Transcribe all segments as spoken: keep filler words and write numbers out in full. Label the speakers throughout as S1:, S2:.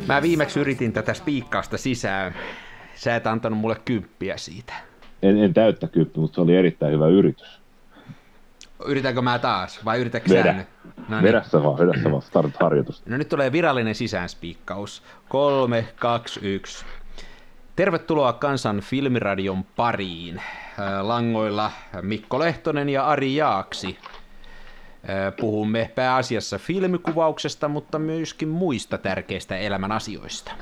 S1: Mä viimeksi yritin tätä spiikkausta sisään. Sä et antanut mulle kymppiä siitä.
S2: En, en täyttä kymppiä, mutta se oli erittäin hyvä yritys.
S1: Yritänkö mä taas, vai yritätkö
S2: Vedä.
S1: sä nyt? No niin.
S2: Vedä sä vaan, vedä sä vaan, start harjoitusta.
S1: No nyt tulee virallinen sisäänspiikkaus. Kolme, kaksi, yksi. Tervetuloa Kansan filmiradion pariin. Langoilla Mikko Lehtonen ja Ari Jaaksi. Puhumme pääasiassa filmikuvauksesta, mutta myöskin muista tärkeistä elämän asioista.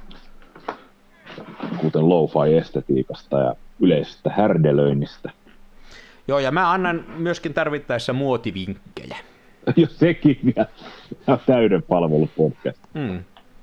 S2: Kuten lo-fi-estetiikasta ja yleisestä härdelöinnistä.
S1: Joo, ja mä annan myöskin tarvittaessa muotivinkkejä.
S2: Jos sekin, ja täyden palvelupodcast.
S1: Hmm.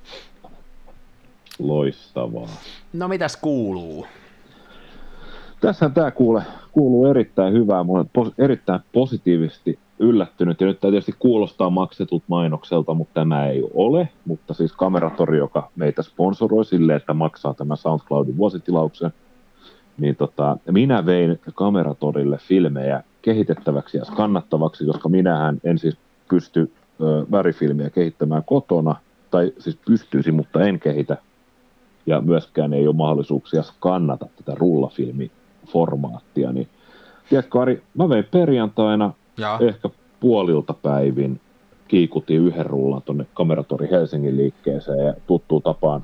S2: Loistavaa.
S1: No mitäs kuuluu?
S2: Tässähän tämä kuule, kuuluu erittäin hyvää. Mä olen pos, erittäin positiivisesti yllättynyt. Ja nyt tämä tietysti kuulostaa maksetut mainokselta, mutta tämä ei ole. Mutta siis Kameratori, joka meitä sponsoroi silleen, että maksaa tämän SoundCloudin vuositilauksen, niin tota, minä vein Kameratorille filmejä kehitettäväksi ja skannattavaksi, koska minähän en siis pysty ö, värifilmiä kehittämään kotona, tai siis pystyisin, mutta en kehitä. Ja myöskään ei ole mahdollisuuksia skannata tätä rullafilmiformaattia. Niin, tiedätkö Ari, mä vein perjantaina ja. ehkä puolilta päivin kiikutin yhden rullan tuonne Kameratori Helsingin liikkeeseen ja tuttuun tapaan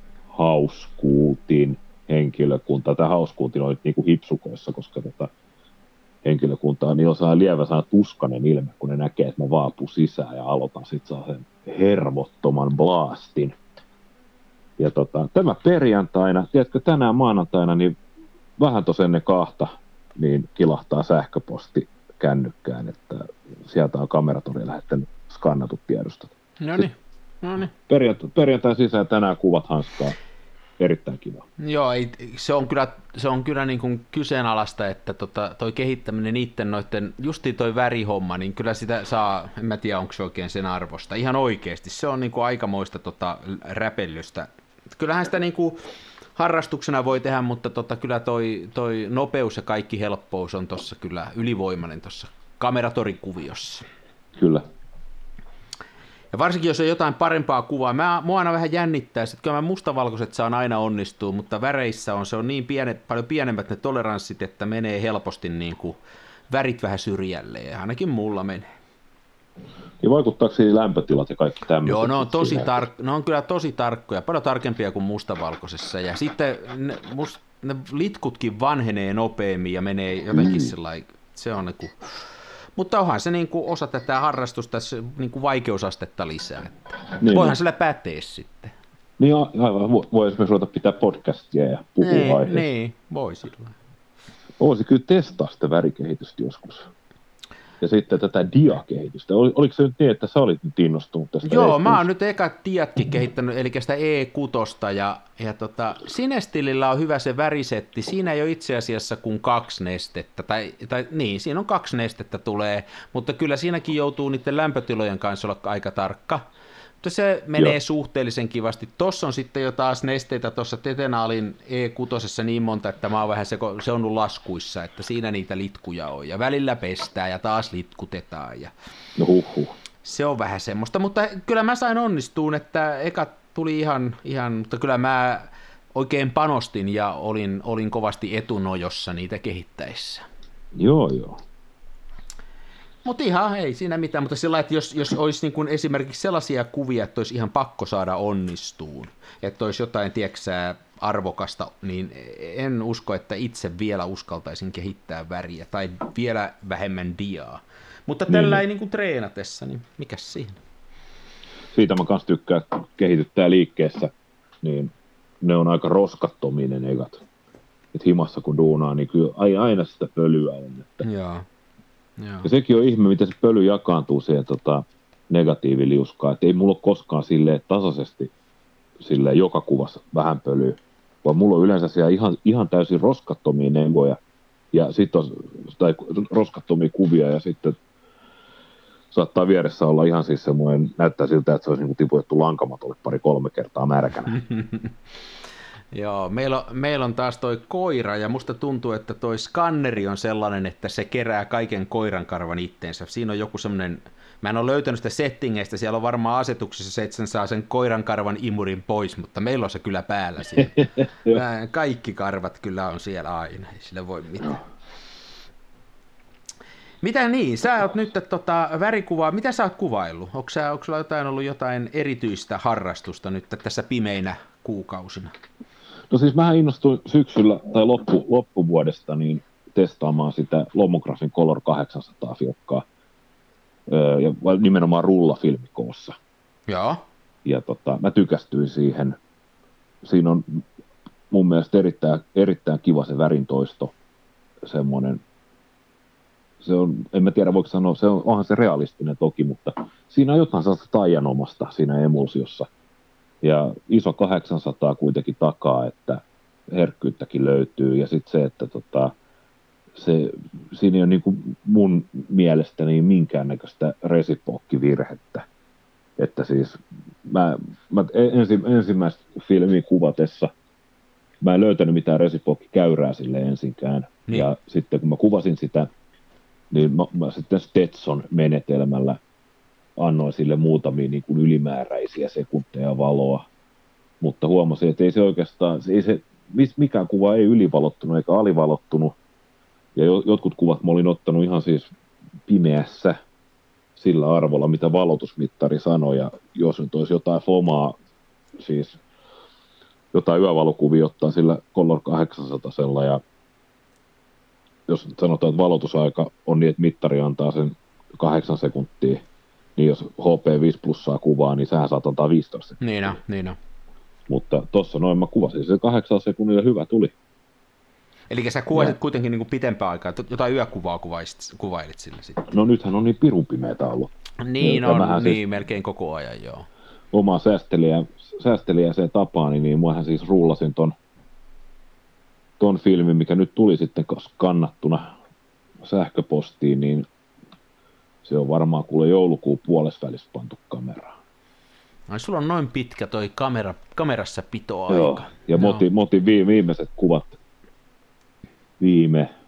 S2: hauskuutin henkilökunta. Tämä hauskuutin oli niin kuin hipsukoissa, koska tätä henkilökuntaa niin osaa lievä sana tuskanen ilme, kun ne näkee, että mä vaapun sisään ja aloitan sitten saa sen hervottoman blastin. Ja tota, tämä perjantaina, tiedätkö, tänään maanantaina, niin vähän tuossa ennen kahta, niin kilahtaa sähköposti kännykkään, että sieltä on Kameratori lähettänyt skannatut tiedostot.
S1: No niin, no niin.
S2: Perjant- perjantain sisään tänään kuvat hanskaa. Erittäin kiva.
S1: Joo, ei, se on kyllä, se on kyllä niin kuin kyseenalaista, että tota, toi kehittäminen niiden noitten, justiin toi värihomma, niin kyllä sitä saa, en mä tiedä onko se oikein sen arvosta, ihan oikeasti, se on niin kuin aikamoista tota, räpellystä. Kyllähän sitä niin kuin harrastuksena voi tehdä, mutta tota, kyllä toi, toi nopeus ja kaikki helppous on tuossa kyllä ylivoimainen tuossa Kameratori-kuviossa.
S2: Kyllä.
S1: Ja varsinkin, jos on jotain parempaa kuvaa. Mä, mua aina vähän jännittää, että kyllä mä mustavalkoiset saan aina onnistua, mutta väreissä on, se on niin pienet, paljon pienemmät ne toleranssit, että menee helposti niin kuin värit vähän syrjälle, ja ainakin mulla menee.
S2: Ja vaikuttaako siihen lämpötilat ja kaikki tämmöiset?
S1: Joo, ne on, tosi tar- ne on kyllä tosi tarkkoja, paljon tarkempia kuin mustavalkoisessa, ja sitten ne, must, ne litkutkin vanhenee nopeammin ja menee jotenkin mm. sellainen, se on niin kuin... Mutta onhan se niin kuin osa tätä harrastusta niin kuin vaikeusastetta lisää. Niin, voihan niin. Sillä pätee sitten.
S2: Niin aivan, voi esimerkiksi ruveta pitää podcastia ja puhua
S1: niin,
S2: aiheesta.
S1: Niin, voi sillä.
S2: Voisi kyllä testaa sitä värikehitystä joskus. Ja sitten tätä diakehitystä. Oliko se nyt niin, että sä olit nyt innostunut tästä?
S1: Joo,
S2: E kuusi?
S1: Mä oon nyt eka diatkin kehittänyt, eli sitä E kuusi, ja, ja tota, Cinestilillä on hyvä se värisetti. Siinä ei ole itse asiassa kuin kaksi nestettä, tai, tai niin, siinä on kaksi nestettä tulee, mutta kyllä siinäkin joutuu niiden lämpötilojen kanssa olla aika tarkka. Mutta se menee Joo. suhteellisen kivasti. Tuossa on sitten jo taas nesteitä tuossa Tetenaalin E kuusi niin monta, että mä oon vähän se, se on ollut laskuissa, että siinä niitä litkuja on. Ja välillä pestää ja taas litkutetaan. Ja
S2: no huh, huh.
S1: Se on vähän semmoista, mutta kyllä mä sain onnistuun, että eka tuli ihan, ihan mutta kyllä mä oikein panostin ja olin, olin kovasti etunojossa niitä kehittäessä.
S2: Joo, joo.
S1: Mutta ihan ei siinä mitään, mutta sillä että jos, jos olisi niin kuin esimerkiksi sellaisia kuvia, että olisi ihan pakko saada onnistuun, että olisi jotain, tieksää, arvokasta, niin en usko, että itse vielä uskaltaisin kehittää väriä tai vielä vähemmän diaa. Mutta tällä niin. ei niin kuin treenatessa, niin mikäs siinä?
S2: Siitä mä kans tykkään, että kehityttää liikkeessä, niin ne on aika roskattomia ne negat. Että himassa kun duunaa, niin kyllä aina sitä pölyä on. Että...
S1: Joo. Joo.
S2: Ja sekin on ihme, miten se pöly jakaantuu siihen tota, negatiiviliuskaan. Että ei mulla ole koskaan silleen tasaisesti silleen joka kuvassa vähän pölyä, vaan mulla on yleensä siellä ihan, ihan täysin roskattomia negoja ja sitten on tai roskattomia kuvia ja sitten saattaa vieressä olla ihan siis semmoinen, näyttää siltä, että se olisi niin tiputettu lankamatolle pari-kolme kertaa märkänä.
S1: Joo, meillä on, meillä on taas toi koira, ja musta tuntuu, että toi skanneri on sellainen, että se kerää kaiken koiran karvan itteensä. Siinä on joku semmoinen Mä en ole löytänyt sitä settingeistä, siellä on varmaan asetuksissa se, että sen saa sen koiran karvan imurin pois, mutta meillä on se kyllä päällä siellä. Kaikki karvat kyllä on siellä aina, ei sillä voi mitään. Mitä niin, sä oot nyt tota, värikuvaa, mitä sä oot kuvaillut? Onko sä, onko sulla jotain ollut jotain erityistä harrastusta nyt tässä pimeinä kuukausina?
S2: No siis mähän innostuin syksyllä tai loppu, loppuvuodesta niin testaamaan sitä Lomographin Color kahdeksansataa-filkkaa, öö, ja nimenomaan rullafilmikoossa.
S1: Joo.
S2: Ja tota, mä tykästyin siihen. Siinä on mun mielestä erittäin, erittäin kiva se värintoisto, semmoinen. Se on, en mä tiedä voiko sanoa, se on, onhan se realistinen toki, mutta siinä on jotain sellaista taianomasta siinä emulsiossa. Ja iso kahdeksansataa kuitenkin takaa, että herkkyyttäkin löytyy. Ja sitten se, että tota, se, siinä ei ole niin kuin mun mielestäni minkäännäköistä resipookkivirhettä. Että siis mä, mä ensi, ensimmäistä filmiä kuvatessa mä en löytänyt mitään resipookkikäyrää sille ensinkään. Niin. Ja sitten kun mä kuvasin sitä, niin mä, mä sitten Stetson-menetelmällä annoin sille muutamia niin kuin ylimääräisiä sekunteja valoa, mutta huomasin, että ei se oikeastaan, ei se, mikään kuva ei ylivalottunut eikä alivalottunut, ja jotkut kuvat mä olin ottanut ihan siis pimeässä sillä arvolla, mitä valotusmittari sanoi, ja jos nyt olisi jotain fomaa, siis jotain yövalokuvia ottaa sillä Color kahdeksansataa, ja jos sanotaan, että valotusaika on niin, että mittari antaa sen kahdeksan sekuntia, niin jos H P viisi plussaa kuvaa, niin sähän saat antaa viisitoista sekuntia.
S1: Niin on, niin on.
S2: Mutta tossa noin mä kuvasin se kahdeksan sekunnilla hyvä tuli.
S1: Eli sä kuvailit ja kuitenkin niin kuin pitempään aikaa, jotain yökuvaa kuvailit, kuvailit sillä sitten.
S2: No nythän on niin pirun pimeätä ollut.
S1: Niin ja on, niin siis melkein koko ajan, joo.
S2: Omaa säästelijä, säästelijäiseen tapaani, niin muahan siis rullasin ton, ton filmin, mikä nyt tuli sitten kannattuna sähköpostiin, niin se on varmaan kuule joulukuun puolesvälissä pantu kameraan.
S1: Ai sulla on noin pitkä toi kamera, kamerassa pitoaika.
S2: Joo, ja no. Motin, motin viimeiset kuvat viime,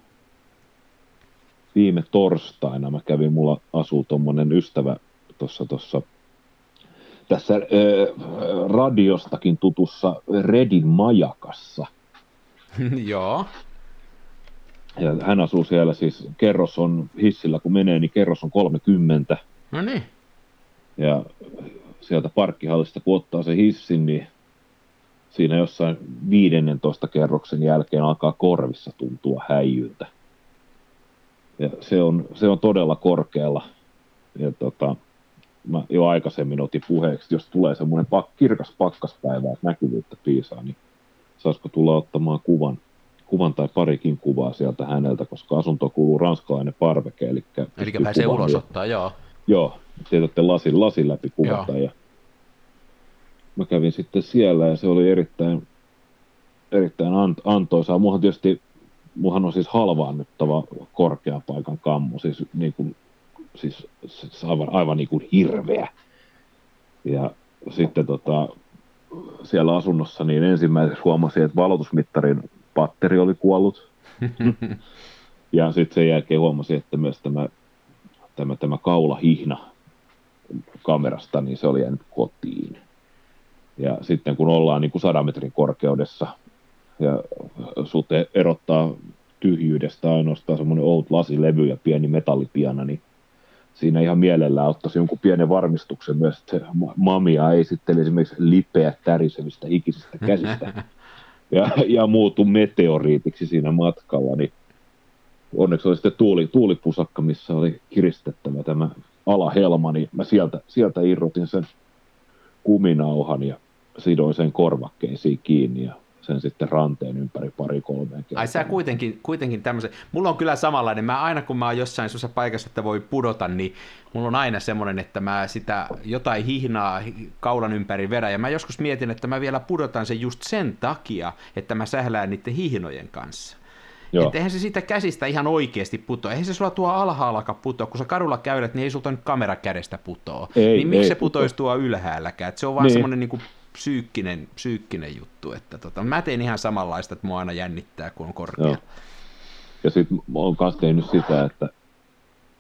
S2: viime torstaina. Mä kävin, mulla asuu tommonen ystävä tossa, tossa tässä ää, radiostakin tutussa Redin majakassa.
S1: Joo.
S2: Ja hän asuu siellä siis, kerros on hissillä kun menee, niin kerros on kolmekymmentä.
S1: No niin.
S2: Ja sieltä parkkihallista kun ottaa se hissin, niin siinä jossain viidennentoista kerroksen jälkeen alkaa korvissa tuntua häijyltä. Ja se on, se on todella korkealla. Ja tota, mä jo aikaisemmin otin puheeksi, jos tulee semmoinen pak- kirkas pakkaspäivä, että näkyvyyttä piisaa, niin saisiko tulla ottamaan kuvan, kuvan tai parikin kuvaa sieltä häneltä, koska asunto kuuluu ranskalainen parveke. Eli,
S1: eli pääsee ulos ottaa, joo.
S2: Joo, teetätte lasin, lasin läpi kuvata. Joo. Ja mä kävin sitten siellä ja se oli erittäin, erittäin antoisaa. Muhan tietysti, muhan on siis halvaannuttava korkean paikan kammo, siis, niin kuin, siis, siis aivan, aivan niin kuin hirveä. Ja sitten tota, siellä asunnossa niin ensimmäiseksi huomasin, että valotusmittarin batteri oli kuollut. Ja sitten sen jälkeen huomasin, että myös tämä, tämä, tämä kaulahihna kamerasta, niin se oli jäänyt kotiin. Ja sitten kun ollaan niin kuin sadan metrin korkeudessa ja sut erottaa tyhjyydestä ainoastaan semmoinen oud lasilevy ja pieni metallipiana, niin siinä ihan mielellään ottaisi jonkun pienen varmistuksen myös, että mamia ei sitten esimerkiksi lipeä tärisevistä ikisistä käsistä ja, ja muutu meteoriitiksi siinä matkalla, niin onneksi oli sitten tuuli, tuulipusakka, missä oli kiristettävä tämä alahelma, niin mä sieltä, sieltä irrotin sen kuminauhan ja sidoin sen korvakkeisiin kiinni ja sen sitten ranteen ympäri pari kolmeen kertaa.
S1: Ai sä kuitenkin, kuitenkin tämmöisen, mulla on kyllä samanlainen, mä aina kun mä oon jossain sellaisessa paikassa, että voi pudota, niin mulla on aina semmoinen, että mä sitä jotain hihnaa kaulan ympäri vedän, ja mä joskus mietin, että mä vielä pudotan sen just sen takia, että mä sählään niiden hihnojen kanssa. Joo. Että eihän se siitä käsistä ihan oikeasti putoa. Eihän se sulla tuo alhaallakaan putoa. Kun sä kadulla käydät, niin ei sulta nyt kamera kädestä putoa. Ei, niin miksi ei se putoisi tuo ylhäälläkään? Että se on vaan niin. semmoinen niin kuin psyykkinen, psyykkinen juttu. Että tota, mä teen ihan samanlaista, että mua aina jännittää, kun on korkea. Joo.
S2: Ja sitten mä oon kanssa tehnyt sitä, että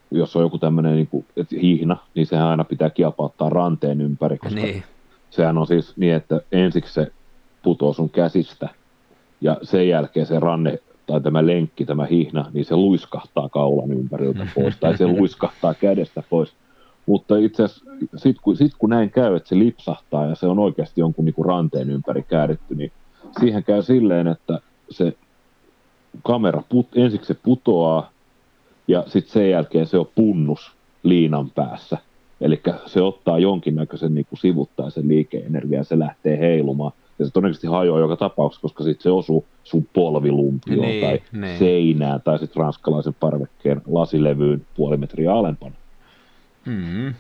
S2: jos on joku tämmöinen niin kuin, hihna, niin sehän aina pitää kiepauttaa ranteen ympäri, koska
S1: Niin.
S2: sehän on siis niin, että ensiksi se putoo sun käsistä ja sen jälkeen se ranne tai tämä lenkki, tämä hihna, niin se luiskahtaa kaulan ympäriltä pois tai se luiskahtaa kädestä pois. Mutta itse asiassa sitten kun, sit kun näin käy, että se lipsahtaa ja se on oikeasti jonkun niin kuin ranteen ympäri kääritty, niin siihen käy silleen, että se kamera put, ensiksi se putoaa ja sitten sen jälkeen se on punnus liinan päässä. Eli se ottaa jonkinnäköisen niin kuin sivuttaisen liikeenergian ja se lähtee heilumaan. Ja se todennäköisesti hajoaa joka tapauksessa, koska sitten se osuu sun polvilumpioon
S1: niin,
S2: tai
S1: niin.
S2: seinään tai sitten ranskalaisen parvekkeen lasilevyyn puoli metriä alempana.
S1: Mm-hmm.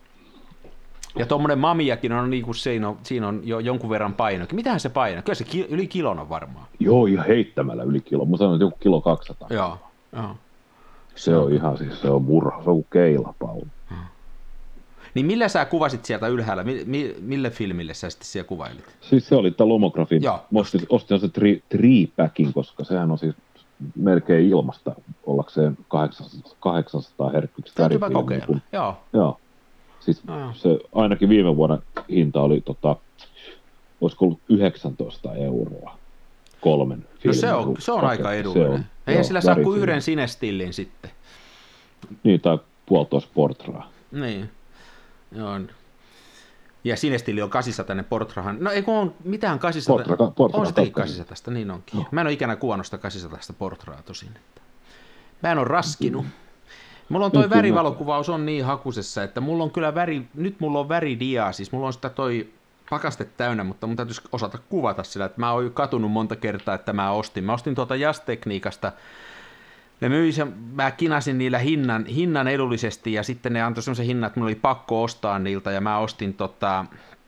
S1: Ja tuommoinen Mamiakin on, niin kuin siinä, on, siinä on jo jonkun verran painokin. Mitähän se painaa? Kyllä se ki- yli kilon on varmaan.
S2: Joo, ihan heittämällä yli kilo. Mä sanoin, että joku kilo kaksisataa.
S1: Joo, joo.
S2: Se, se on, on ihan siis, se on murha, se on kuin keilapallo.
S1: Hmm. Niin millä sä kuvasit sieltä ylhäällä? Mi- mi- mille filmille sä sitten siellä kuvailit?
S2: Siis se oli tämä Lomografin.
S1: Joo.
S2: Ostin, ostin se tri, tripackin, koska sehän on siis melkein ilmasta ollakseen kahdeksansataa herkkyyksistä.
S1: Täytyypä kokeilla, kun, joo.
S2: Joo. Siis no. se ainakin viime vuoden hinta oli, tota, olisiko ollut yhdeksäntoista euroa kolmen filmin.
S1: No se on, se on aika edullinen. Eihän sillä saa kuin yhden sinestillin sitten.
S2: Niin, tai puolitoista portraa.
S1: Niin, joo. Ja sinestilli on kahdeksansataa portrahan. No ei kun on mitään kahdeksansataa. Portra, portra, on sitäkin kahdeksansataa, niin onkin. No. Mä en ole ikänä kuvannut sitä kahdeksansataa portraa tosin. Että mä en ole raskinut. Mulla on toi värivalokuvaus on niin hakusessa, että mulla on kyllä väri, nyt mulla on väridiaa, siis mulla on sitä toi pakaste täynnä, mutta mun täytyisi osata kuvata sillä, että mä oon katunut monta kertaa, että mä ostin. Mä ostin tuota Just-tekniikasta, ne myi sen, mä kinasin niillä hinnan, hinnan edullisesti ja sitten ne antoi semmoisen hinnan, että mulla oli pakko ostaa niiltä ja mä ostin tota,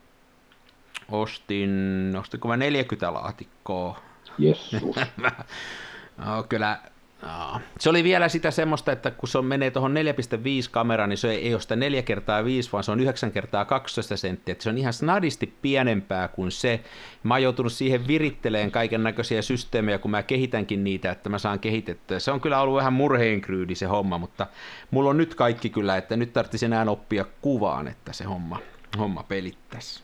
S1: ostin, ostinko mä neljäkymmentä laatikkoa.
S2: Jessus.
S1: No, kyllä. No. Se oli vielä sitä semmoista, että kun se on, menee tuohon neljä pilkku viisi kameraan, niin se ei ole sitä neljä kertaa viisi, vaan se on yhdeksän kertaa kaksitoista senttiä. Että se on ihan snadisti pienempää kuin se. Mä oon joutunut siihen viritteleen kaiken näköisiä systeemejä, kun mä kehitänkin niitä, että mä saan kehitettyä. Se on kyllä ollut vähän murheenkryydi se homma, mutta mulla on nyt kaikki kyllä, että nyt tarvitsisi enää oppia kuvaan, että se homma, homma pelittäisi.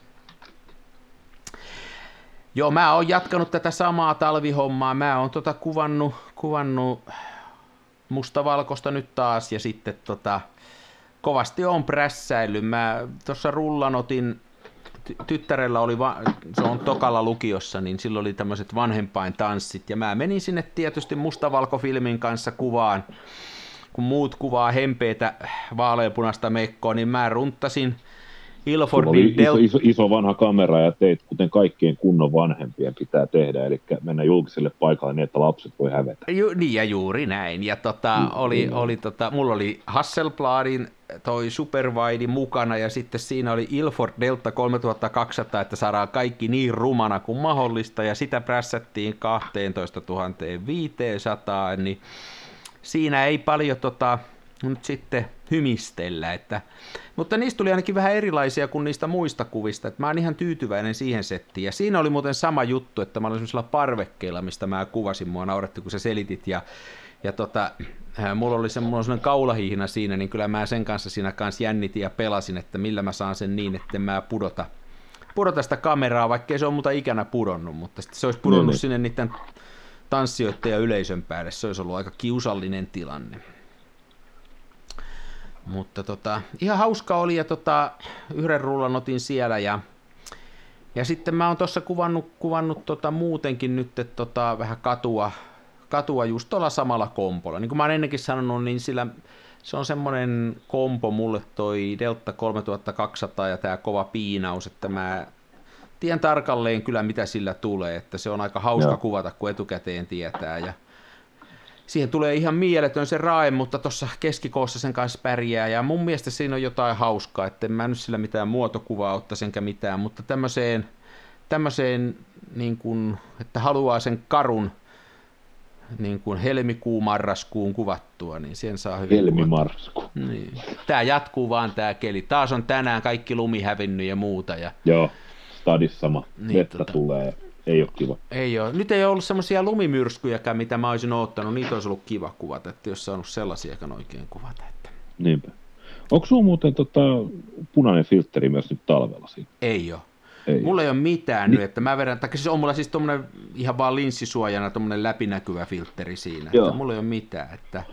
S1: Joo, mä oon jatkanut tätä samaa talvihommaa. Mä oon tota kuvannut, kuvannut mustavalkoista nyt taas ja sitten tota, kovasti oon prässäillyt. Mä tuossa rullan otin, ty- tyttärellä oli, va- se on Tokalla lukiossa, niin silloin oli tämmöiset vanhempain tanssit ja mä menin sinne tietysti mustavalkofilmin kanssa kuvaan. Kun muut kuvaa hempeitä vaaleanpunaista mekkoa, niin mä runttasin Ilfordin
S2: iso, iso, iso vanha kamera ja teit, kuten kaikkien kunnon vanhempien pitää tehdä, eli mennä julkiselle paikalle niin, että lapset voi hävetä.
S1: Ju, niin ja juuri näin. Ja tota, mm, oli, mm. oli, tota, mulla oli Hasselbladin toi Superwide mukana ja sitten siinä oli Ilford Delta kolmetuhattakaksisataa, että saadaan kaikki niin rumana kuin mahdollista ja sitä prässättiin kaksitoistatuhatta viisisataa, niin siinä ei paljon tota, nyt sitten hymistellä, että, mutta niistä tuli ainakin vähän erilaisia kuin niistä muista kuvista, että mä oon ihan tyytyväinen siihen settiin, ja siinä oli muuten sama juttu, että mä olin semmoisella parvekkeella, mistä mä kuvasin, mua nauratti, kun sä selitit, ja, ja tota, mulla oli semmoinen kaulahihina siinä, niin kyllä mä sen kanssa siinä kanssa jännitin ja pelasin, että millä mä saan sen niin, että mä pudota, pudota sitä kameraa, vaikkei se on multa ikänä pudonnut, mutta sitten se olisi pudonnut mm-hmm. sinne niiden tanssijoiden ja yleisön päälle, se olisi ollut aika kiusallinen tilanne. Mutta tota, ihan hauska oli ja tota, yhden rullan otin siellä ja, ja sitten mä oon tuossa kuvannut, kuvannut tota muutenkin nyt että tota, vähän katua, katua just tuolla samalla kompolla. Niin kuin mä oon ennenkin sanonut, niin sillä se on semmoinen kompo mulle toi Delta kolmetuhattakaksisataa ja tää kova piinaus, että mä tiedän tarkalleen kyllä mitä sillä tulee, että se on aika hauska Joo. kuvata, kun etukäteen tietää ja siihen tulee ihan mieletön se rae, mutta tuossa keskikoossa sen kanssa pärjää, ja mun mielestä siinä on jotain hauskaa, että en mä nyt sillä mitään muotokuvaa ottaisi enkä mitään, mutta tämmöiseen, tämmöiseen niin kuin, että haluaa sen karun niin kuin helmikuu-marraskuun kuvattua, niin siihen saa hyvin
S2: Helmimarrasku.
S1: Niin. Tää jatkuu vaan tää keli. Taas on tänään kaikki lumi hävinnyt ja muuta. Ja
S2: Joo, stadissa sama. Niin, vettä tota... tulee. Ei ole kiva.
S1: Ei ole. Nyt ei ole ollut semmoisia lumimyrskyjäkään, mitä mä olisin odottanut. Niitä olisi ollut kiva kuvata, että jos saanut sellaisiakaan oikein kuvata. Että
S2: Niinpä. Onko sulla muuten tota, punainen filtteri myös nyt talvella siinä?
S1: Ei ole.
S2: Ei
S1: Mulla
S2: ole.
S1: ei ole mitään
S2: Ni-
S1: nyt, että mä vedän, tai siis on mulla siis tommonen ihan vaan linssisuojana tommonen läpinäkyvä filtteri siinä,
S2: Joo.
S1: että mulla ei ole mitään, että,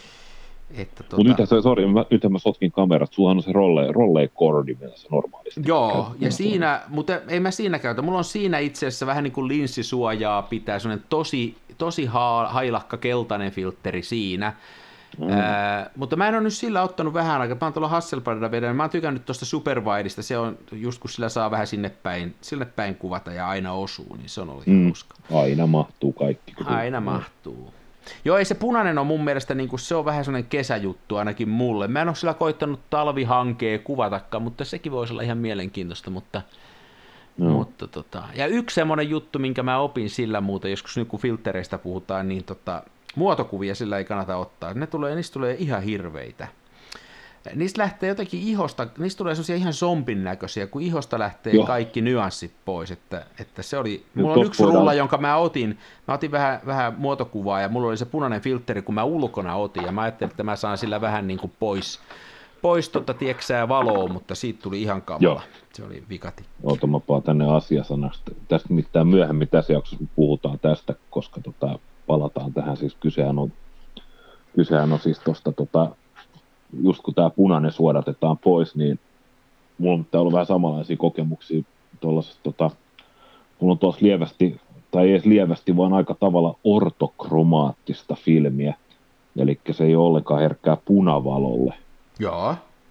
S1: että tota...
S2: Mutta nythän se, sori, mä, nythän mä sotkin kamerat, sullahan on se rolle, rolleikordi, millä se normaalisti
S1: Joo,
S2: käytetään.
S1: ja siinä, mutta ei mä siinä käytä, mulla on siinä itse asiassa vähän niin kuin linssisuojaa pitää, semmoinen tosi, tosi ha- hailakka keltainen filtteri siinä, mm. Ää, mutta mä en ole nyt sillä ottanut vähän aikaa, mä oon tuolla Hasselbladilla vedän, mä oon tykännyt tuosta Superwideista, se on just kun sillä saa vähän sinne päin, sinne päin kuvata ja aina osuu, niin se on ollut ihan
S2: Mm.
S1: hauska.
S2: Aina mahtuu kaikki.
S1: Aina mahtuu. Joo, ei se punainen on mun mielestä, niin kuin, se on vähän sellainen kesäjuttu ainakin mulle. Mä en ole sillä koittanut talvihankea kuvatakaan, mutta sekin voisi olla ihan mielenkiintoista. Mutta,
S2: No.
S1: mutta, tota. Ja yksi semmoinen juttu, minkä mä opin sillä muuten, joskus nyt kun filtereistä puhutaan, niin tota, muotokuvia sillä ei kannata ottaa. Ne tulee, niistä tulee ihan hirveitä. Niistä lähtee jotenkin ihosta, niistä tulee sellaisia ihan zombin näköisiä, kun ihosta lähtee
S2: Joo.
S1: kaikki nyanssit pois, että, että se oli,
S2: No,
S1: mulla on
S2: tossa
S1: yksi
S2: voidaan-
S1: rulla, jonka mä otin, mä otin vähän, vähän muotokuvaa ja mulla oli se punainen filtteri, kun mä ulkona otin ja mä ajattelin, että mä saan sillä vähän niin kuin pois, pois tota, tieksää valoa, mutta siitä tuli ihan kamala,
S2: Joo.
S1: se oli vikati.
S2: Oota, mä paan tänne asiasanaksi. Tästä mitään myöhemmin tässä jaksossa me puhutaan tästä, koska tota, palataan tähän. Siis kysehän on, kysehän on siis tosta, tota, just kun tämä punainen suodatetaan pois, niin mulla on ollut vähän samanlaisia kokemuksia tuollaisesta, tota, mulla on tuossa lievästi, tai ei edes lievästi, vaan aika tavalla ortokromaattista filmiä. Eli se ei ole ollenkaan herkkää punavalolle.
S1: Joo,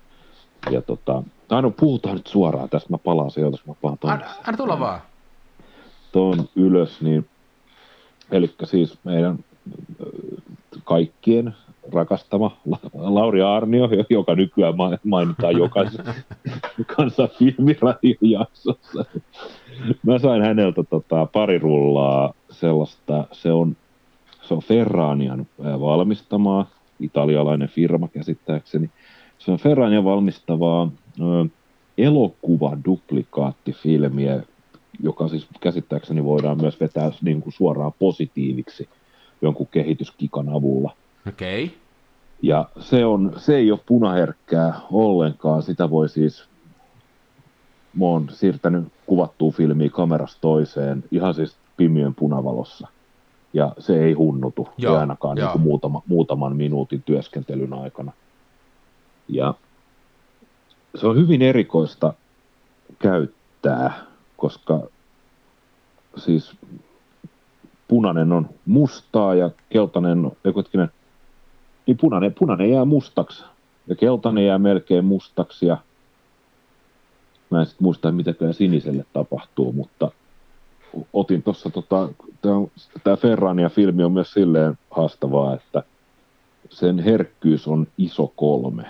S2: Ja tota, tai no puhutaan nyt suoraan tästä, mä palaan se, jos mä palaan tonne.
S1: anna, anna tulla vaan.
S2: Tuon ylös, niin eli siis meidän ö, kaikkien rakastama La- Lauri Aarnio, joka nykyään ma- mainitaan jokaisessa kansan filmiradion-jaksossa. Mä sain häneltä tota, pari rullaa sellaista, se on, se on Ferranian ää, valmistamaa, italialainen firma käsittääkseni. Se on Ferranian valmistavaa ö, elokuvaduplikaattifilmiä, joka siis käsittääkseni voidaan myös vetää niin kuin suoraan positiiviksi jonkun kehityskikan avulla.
S1: Okei, okay.
S2: Ja se, on, se ei ole punaherkkää ollenkaan. Sitä voi siis, mä oon siirtänyt kuvattua filmiä kamerasta toiseen ihan siis pimiön punavalossa. Ja se ei hunnutu,
S1: Joo,
S2: ei ainakaan niin kuin muutama, muutaman minuutin työskentelyn aikana. Ja se on hyvin erikoista käyttää, koska siis punainen on mustaa ja keltainen on, hetkinen, niin punainen, punainen jää mustaksi ja keltainen jää melkein mustaksi ja mä en sit muista, mitä kyllä siniselle tapahtuu, mutta otin tuossa, tota, tämä Ferrania-filmi on myös silleen haastavaa, että sen herkkyys on iso kolme,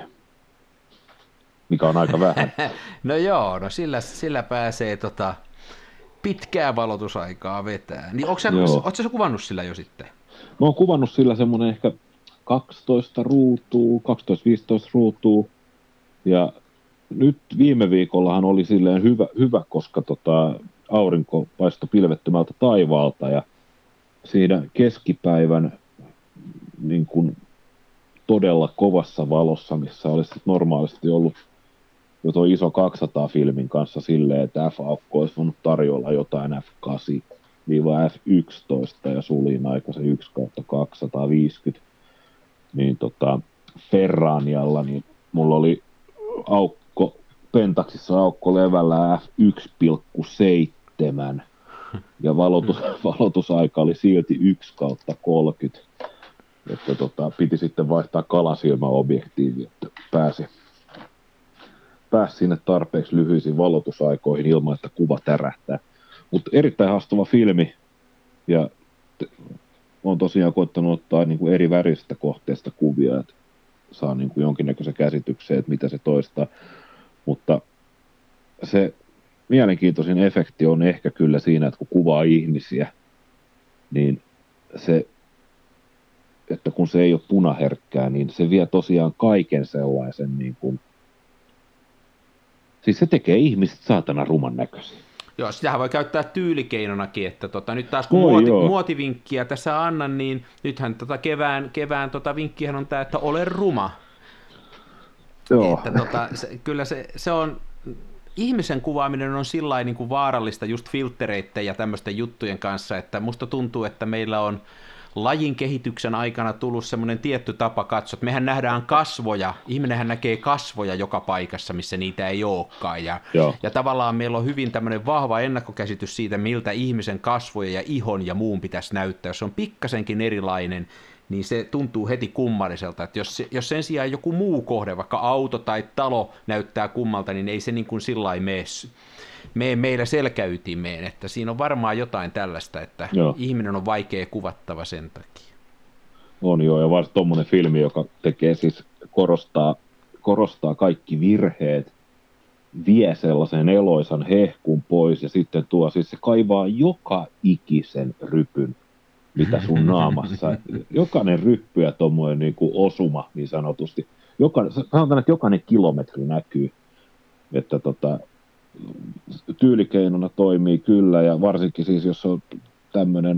S2: mikä on aika vähän.
S1: No joo, no sillä, sillä pääsee tota, pitkää valotusaikaa vetää. Niin onko sä, ootko sä kuvannut sillä jo sitten?
S2: Mä oon kuvannut sillä semmoinen ehkä kaksitoista ruutua, kaksitoista viisitoista ruutua. Ja nyt viime viikollahan oli silleen hyvä, hyvä koska tota, aurinko paistoi pilvettömältä taivaalta ja siinä keskipäivän niin kuin todella kovassa valossa, missä olisi normaalisti ollut jo tuo iso kaksisataa-filmin kanssa silleen, että F-aukko olisi voinut tarjolla jotain F kahdeksan F yksitoista ja sulin aika se yksi kautta kaksisataaviisikymmentä, niin tota, Ferranialla, niin mulla oli aukko, Pentaxissa aukko levällä F yksi pilkku seitsemän ja valotus, valotusaika oli silti yksi kautta kolmekymmentä, että tota, piti sitten vaihtaa kalasilmäobjektiivi, että pääsi pääsi sinne tarpeeksi lyhyisiin valotusaikoihin ilman, että kuva tärähtää. Mutta erittäin haastava filmi, ja olen tosiaan koittanut ottaa niin kuin eri värisistä kohteista kuvia, että saa niin kuin jonkinnäköisen käsityksen, että mitä se toistaa. Mutta se mielenkiintoisin efekti on ehkä kyllä siinä, että kun kuvaa ihmisiä, niin se, että kun se ei ole punaherkkää, niin se vie tosiaan kaiken sellaisen niin kuin, siis se tekee ihmiset saatana ruman näköisiä.
S1: Joo, sitähän voi käyttää tyylikeinonakin, että tota, nyt taas kun
S2: Oi,
S1: muoti,
S2: joo.
S1: muotivinkkiä tässä annan, niin nythän tota kevään, kevään tota vinkkihän on tämä, että ole ruma.
S2: Joo.
S1: Että tota, se, kyllä se, se on, ihmisen kuvaaminen on sillä niin kuin vaarallista just filttereiden ja tämmöisten juttujen kanssa, että musta tuntuu, että meillä on lajin kehityksen aikana tullut semmoinen tietty tapa katsoa, että mehän nähdään kasvoja, ihminenhän näkee kasvoja joka paikassa, missä niitä ei olekaan, ja, ja tavallaan meillä on hyvin tämmöinen vahva ennakkokäsitys siitä, miltä ihmisen kasvoja ja ihon ja muun pitäisi näyttää. Jos on pikkasenkin erilainen, niin se tuntuu heti kummalliselta, että jos, jos sen sijaan joku muu kohde, vaikka auto tai talo näyttää kummalta, niin ei se niin kuin sillä lailla mene me, meillä selkäytimeen, että siinä on varmaan jotain tällaista, että joo. ihminen on vaikea kuvattava sen takia.
S2: On joo, ja varsin tommonen filmi, joka tekee siis, korostaa, korostaa kaikki virheet, vie sellaisen eloisan hehkun pois, ja sitten tuo, siis se kaivaa joka ikisen rypyn, mitä sun naamassa, jokainen ryppy ja tommoinen niin kuin osuma, niin sanotusti, Joka, sanotaan, että jokainen kilometri näkyy, että tota, tyylikeinona toimii kyllä, ja varsinkin siis, jos on tämmöinen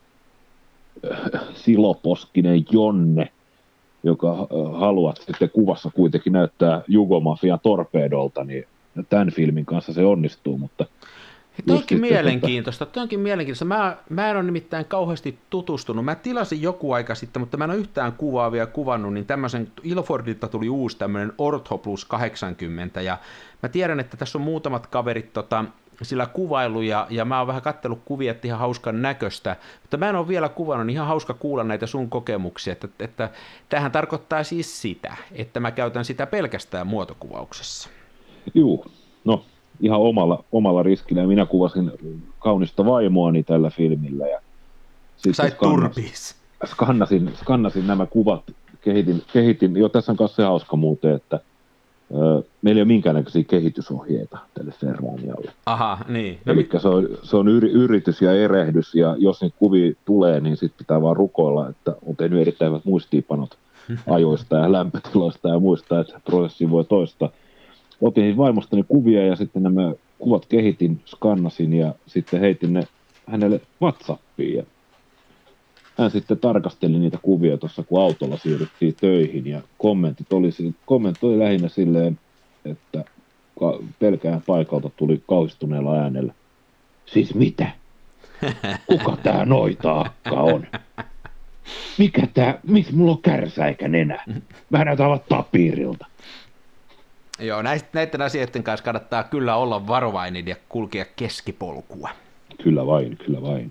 S2: siloposkinen Jonne, joka haluat sitten kuvassa kuitenkin näyttää Jugomafia torpedolta, niin tämän filmin kanssa se onnistuu, mutta
S1: Tämä onkin mielenkiintoista. Tämä onkin mielenkiintoista. Mä, mä en ole nimittäin kauheasti tutustunut. Mä tilasin joku aika sitten, mutta mä en ole yhtään kuvaa vielä kuvannut, niin tämmöisen Ilfordilta tuli uusi tämmöinen Ortho Plus kahdeksankymmentä, ja mä tiedän, että tässä on muutamat kaverit tota, sillä kuvailu, ja, ja mä oon vähän kattellut kuvia, että ihan hauskan näköistä, mutta mä en ole vielä kuvannut, niin ihan hauska kuulla näitä sun kokemuksia, että, että, että tämähän tarkoittaa siis sitä, että mä käytän sitä pelkästään muotokuvauksessa.
S2: Juu, no ihan omalla, omalla riskillä, ja minä kuvasin kaunista vaimoani tällä filmillä. Ja
S1: sait turpiis.
S2: Skannasin, skannasin nämä kuvat, kehitin, kehitin, jo tässä on kanssa se hauska muuten, että ö, meillä ei ole minkäännäköisiä kehitysohjeita tälle Ferranialle.
S1: Aha, niin. No,
S2: Eli se on, se on yri, yritys ja erehdys, ja jos niitä kuvia tulee, niin sitten pitää vaan rukoilla, että on tehnyt erittäin hyvät muistiinpanot ajoista ja lämpötiloista ja muistaa, että prosessi voi toistaa. Otin vaimostani kuvia ja sitten nämä kuvat kehitin, skannasin ja sitten heitin ne hänelle WhatsAppiin. Ja hän sitten tarkasteli niitä kuvia tuossa, kun autolla siirryttiin töihin, ja kommentit oli, kommentit oli lähinnä silleen, että pelkään paikalta tuli kauhistuneella äänellä. Siis mitä? Kuka tää noita-akka on? Mikä tää, missä mulla on kärsä eikä nenä? Mä näytän aivan tapirilta.
S1: Joo, näistä, näiden asioiden kanssa kannattaa kyllä olla varovainen ja kulkea keskipolkua.
S2: Kyllä vain, kyllä vain.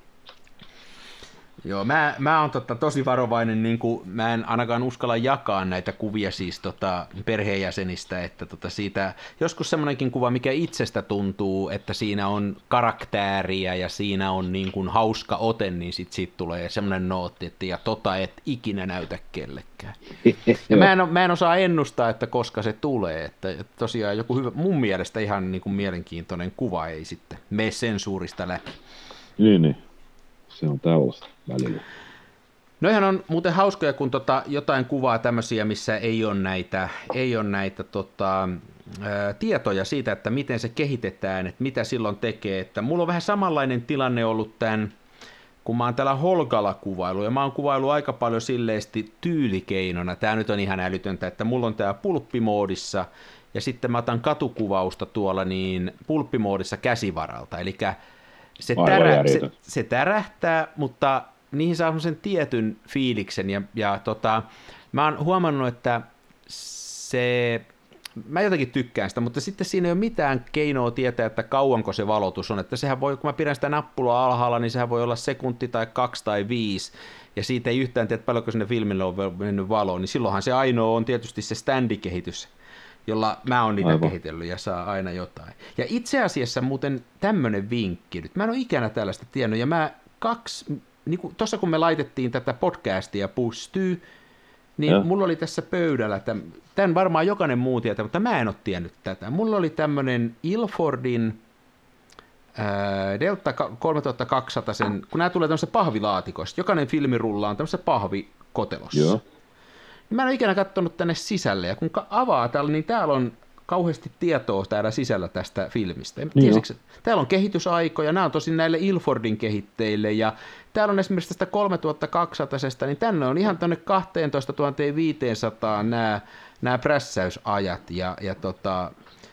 S1: Joo, mä, mä oon totta, tosi varovainen, niin kuin mä en ainakaan uskalla jakaa näitä kuvia siis tota, perheenjäsenistä, että tota, siitä joskus semmoinenkin kuva, mikä itsestä tuntuu, että siinä on karaktääriä ja siinä on niin kuin hauska ote, niin sit siitä tulee semmoinen nootti, että ja tota et ikinä näytä kellekään. Ja mä en, mä en osaa ennustaa, että koska se tulee, että, että tosiaan joku hyvä, mun mielestä ihan niin kuin mielenkiintoinen kuva ei sitten mene sensuurista läpi.
S2: Niin, niin. Se on tällaista välillä.
S1: Noihän on muuten hauskoja, kun tota jotain kuvaa tämmöisiä, missä ei ole näitä, ei ole näitä tota, ää, tietoja siitä, että miten se kehitetään, että mitä silloin tekee. Että mulla on vähän samanlainen tilanne ollut tämän, kun mä oon täällä Holgalla kuvailu, ja mä oon kuvailu aika paljon silleesti tyylikeinona. Tää nyt on ihan älytöntä, että mulla on tää pulppimoodissa, ja sitten mä otan katukuvausta tuolla niin pulppimoodissa käsivaralta, eli Se, tärä, se, se tärähtää, mutta niihin saa sen tietyn fiiliksen, ja, ja tota, mä oon huomannut, että se, mä jotenkin tykkään sitä, mutta sitten siinä ei ole mitään keinoa tietää, että kauanko se valotus on, että sehän voi, kun mä pidän sitä nappulaa alhaalla, niin sehän voi olla sekunti tai kaksi tai viisi, ja siitä ei yhtään tiedä, paljonko sinne filmille on mennyt valoa, niin silloinhan se ainoa on tietysti se standikehitys, jolla mä oon niitä Aivan. kehitellyt ja saa aina jotain. Ja itse asiassa muuten tämmönen vinkki nyt, mä en ole ikänä tällaista tiennyt, ja mä kaksi, niin kuin tuossa kun me laitettiin tätä podcastia pystyy, niin ja. mulla oli tässä pöydällä, tämän varmaan jokainen muu tietää, mutta mä en ole tiennyt tätä. Mulla oli tämmönen Ilfordin ää, Delta kolmetuhattakaksisataa, sen, kun nämä tulee tämmöisessä pahvilaatikossa, jokainen filmirulla on tämmöisessä pahvikotelossa. Joo. Mä en ole ikänä katsonut tänne sisälle, ja kun avaa täällä, niin täällä on kauheasti tietoa täällä sisällä tästä filmistä.
S2: Niin
S1: Tiesitkö, täällä on kehitysaikoja, nämä on tosin näille Ilfordin kehitteille, ja täällä on esimerkiksi tästä kolmetuhattakaksisataa, niin tänne on ihan tuonne kaksitoistatuhatta viisisataa nämä, nämä prässäysajat, ja, ja tota,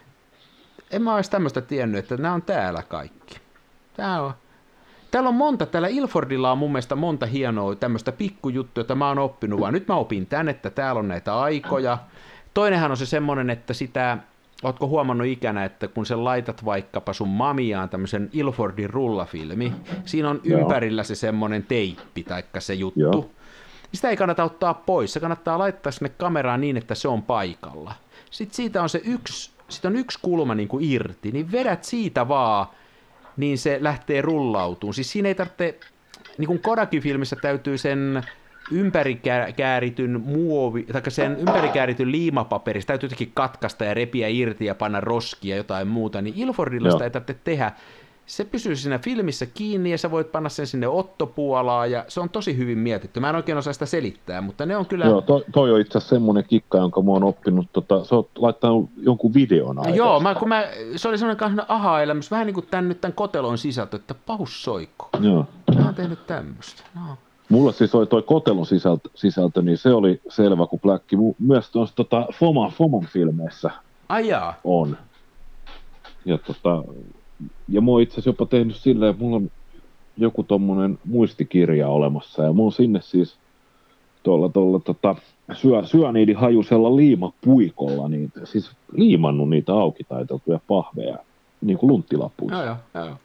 S1: en mä olisi tämmöistä tiennyt, että nämä on täällä kaikki. Tää on. Täällä on monta, täällä Ilfordilla on mun mielestä monta hienoa tämmöistä pikkujuttua, jota mä oon oppinut, vaan nyt mä opin tän, että täällä on näitä aikoja. Toinenhan on se semmoinen, että sitä, ootko huomannut ikänä, että kun sä laitat vaikkapa sun mamiaan tämmöisen Ilfordin rullafilmi, siinä on
S2: Joo.
S1: ympärillä se semmoinen teippi taikka se juttu.
S2: Joo.
S1: Sitä ei kannata ottaa pois, se kannattaa laittaa sinne kameraan niin, että se on paikalla. Sitten siitä on se yksi, sit on yksi kulma niin kuin irti, niin vedät siitä vaan, niin se lähtee rullautumaan. Siis siinä ei tarvitse, niin kuin Kodakin-filmissä täytyy sen ympärikäärityn muovi, tai sen ympärikäärityn liimapaperista täytyy jotenkin katkaista ja repiä irti ja panna roskia ja jotain muuta, niin Ilfordilla
S2: Joo.
S1: sitä ei tarvitse tehdä. Se pysyy siinä filmissä kiinni ja sä voit panna sen sinne ottopuolaan ja se on tosi hyvin mietitty. Mä en oikein osaa sitä selittää, mutta ne on kyllä...
S2: Joo, toi, toi on itse asiassa semmoinen kikka, jonka mä oon oppinut, tota, sä oot laittanut jonkun videon aikaisemmin.
S1: Joo, mä, kun mä, se oli semmoinen kanssa aha-elämys, vähän niin kuin tämän, nyt tämän kotelon sisältö, että pahus soiko.
S2: Joo.
S1: Mä oon tehnyt tämmöistä. No.
S2: Mulla siis oli toi kotelon sisältö, sisältö, niin se oli selvä kuin pläkki. Mu- Myös tuossa tota, Foma, Foman filmeissä
S1: Ai jaa.
S2: on. Ja, tota, ja mä oon itse asiassa jopa tehnyt silleen, että mulla on joku tommonen muistikirja olemassa. Ja mä oon sinne siis tuolla, tuolla tota, syö, syöniidihajuisella liimapuikolla, niin, siis liimannut niitä auki taiteltuja pahveja, niin kuin lunttilapuissa.
S1: Joo, joo, joo.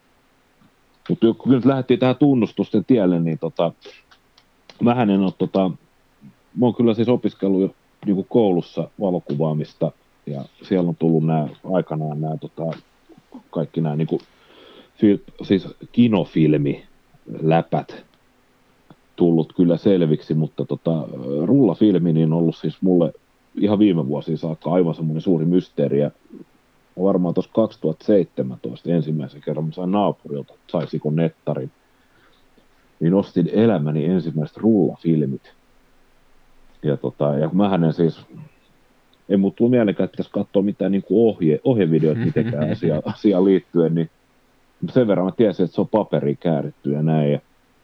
S2: Mutta kun nyt lähdettiin tähän tunnustusten tielle, niin tota, mähän en ole, tota, mä oon kyllä siis opiskellut jo niin kuin koulussa valokuvaamista, ja siellä on tullut nämä aikanaan nämä tota, kaikki nämä niin kuin, fil, siis kinofilmiläpät tullut kyllä selviksi, mutta tota, rullafilmi niin on ollut siis mulle ihan viime vuosiin saakka aivan semmoinen suuri mysteeri, ja varmaan tuossa kaksituhattaseitsemäntoista ensimmäisen kerran mä sain naapurilta, saisiko nettarin, niin ostin elämäni ensimmäiset rullafilmit. Ja, tota, ja kun mähän en siis, ei mut tullut mieleenkään, että pitäisi katsoa mitään niin kuin ohje, ohjevideot mitenkään asia, asiaan liittyen, niin sen verran mä tiesin, että se on paperi kääritty ja näin. Ja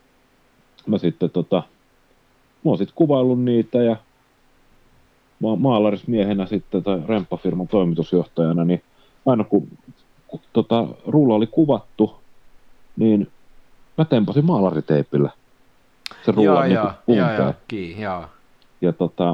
S2: mä sitten tota, mä oon sitten kuvaillut niitä ja ma- maalarismiehenä sitten tai remppafirman toimitusjohtajana, niin aina kun, kun tota, rulla oli kuvattu, niin mä tempasin maalariteipillä se rulla niin
S1: joo, kiinni, joo.
S2: Ja tota,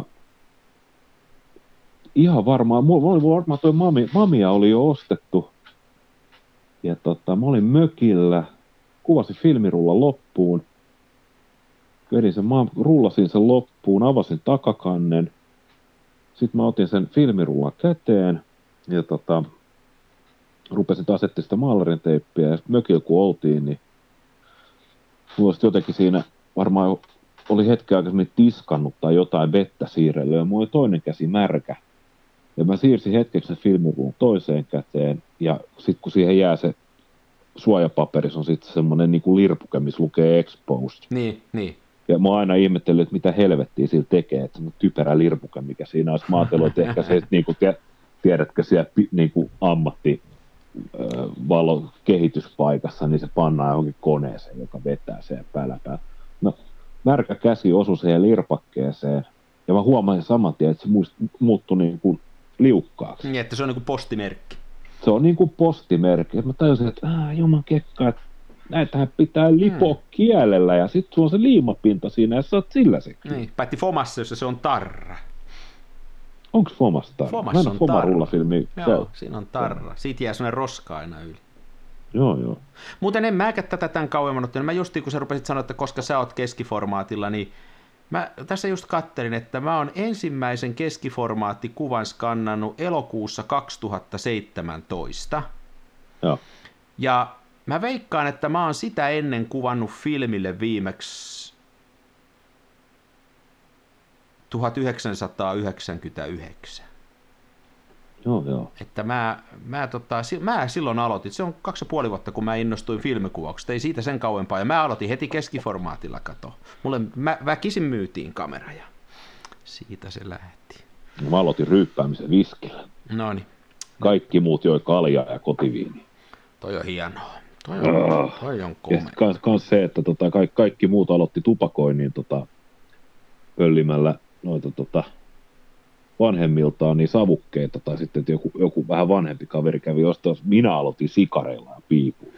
S2: ihan varmaan, mulla oli varmaan toi mami, mamia oli jo ostettu. Ja tota, mä olin mökillä, kuvasin filmirullan loppuun. Vedin sen, rullasin sen loppuun, avasin takakannen. Sitten mä otin sen filmirullan käteen ja tota, rupesin taas etsiä sitä maalarin teippiä. Ja mökillä kun oltiin, niin mulla jotenkin siinä varmaan oli hetken aikaisemmin tiskannut tai jotain vettä siirrellyt ja mulla oli toinen käsi märkä. Ja mä siirsin hetkeksi sen filmirullan toiseen käteen ja sitten kun siihen jää se suojapaperissa on sitten semmoinen niin kuin lirpuke, missä lukee exposed.
S1: Niin, niin.
S2: Ja mä oon aina ihmetellyt, että mitä helvettiä sillä tekee, että semmoinen typerä lirpuke, mikä siinä olisi. Mä ajattelin, että ehkä se, niin kuin, tiedätkö, siellä niin kuin ammattivalo kehityspaikassa, niin se pannaan johonkin koneeseen, joka vetää sen päällä päällä. No, märkä käsi osui siihen lirpakkeeseen, ja mä huomasin saman tien, että se muuttui niin kuin liukkaaksi.
S1: Niin, että se on niin kuin postimerkki.
S2: Se on niin kuin postimerkki. Mä tajusin, että aah, juman kekka, että näitähän pitää lipoa hmm. kielellä, ja sit sulla on se liimapinta siinä, ja sä oot sillä sekin.
S1: Niin, päätti Fomassa, jossa se on tarra.
S2: Onko Fomas tarra?
S1: Fomassa on
S2: Foma
S1: tarra.
S2: Rullafilmi.
S1: Joo, siinä on tarra. Siitä jää sellainen roska aina yli.
S2: Joo, joo.
S1: Muuten en mäkään tätä tämän kauemman ottanut. Mä justiin, kun sä rupesit sanoa, että koska sä oot keskiformaatilla, niin mä tässä just kattelin, että mä oon ensimmäisen keskiformaattikuvan skannannut elokuussa kaksituhattaseitsemäntoista.
S2: Joo.
S1: Ja mä veikkaan, että mä oon sitä ennen kuvannut filmille viimeksi tuhatyhdeksänsataayhdeksänkymmentäyhdeksän.
S2: Joo, joo.
S1: Että mä, mä, tota, mä silloin aloitin, se on kaksi ja puoli vuotta, kun mä innostuin filmikuvauksesta, ei siitä sen kauempaa, ja mä aloitin heti keskiformaatilla, kato. Mulle mä, väkisin myytiin kamera, ja siitä se lähti.
S2: Mä aloitin ryyppäämisen viskillä.
S1: No niin.
S2: Kaikki muut joi kaljaa ja kotiviiniä.
S1: Toi on hienoa. Toi on, oh. toi on komea.
S2: Kans, kans se, että tota, kaikki, kaikki muut aloitti tupakoinnin tota, pöllimällä noita tota, vanhemmiltaan niin savukkeita, tai sitten että joku, joku vähän vanhempi kaveri kävi ostaa, minä aloitin sikareilla ja piipuilla.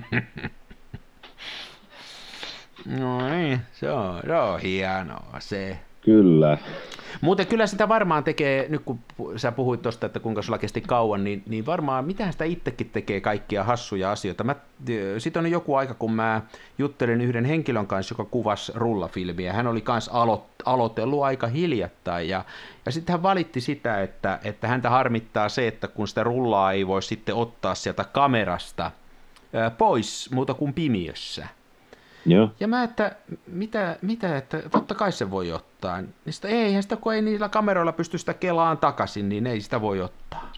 S1: No niin, se on, se on hienoa se.
S2: Kyllä.
S1: Muuten kyllä sitä varmaan tekee, nyt kun sä puhuit tuosta, että kuinka sulla kesti kauan, niin, niin varmaan mitähän sitä itsekin tekee kaikkia hassuja asioita. Sitten on joku aika, kun mä juttelin yhden henkilön kanssa, joka kuvasi rullafilmiä. Hän oli myös alo- aloitellut aika hiljattain ja, ja sitten hän valitti sitä, että, että häntä harmittaa se, että kun sitä rullaa ei voi sitten ottaa sieltä kamerasta ää, pois muuta kuin pimiössä.
S2: Joo.
S1: Ja mä, että mitä, mitä, että totta kai se voi ottaa. Niin sitä, eihän sitä, kun ei niillä kameroilla pysty sitä kelaan takaisin, niin ei sitä voi ottaa.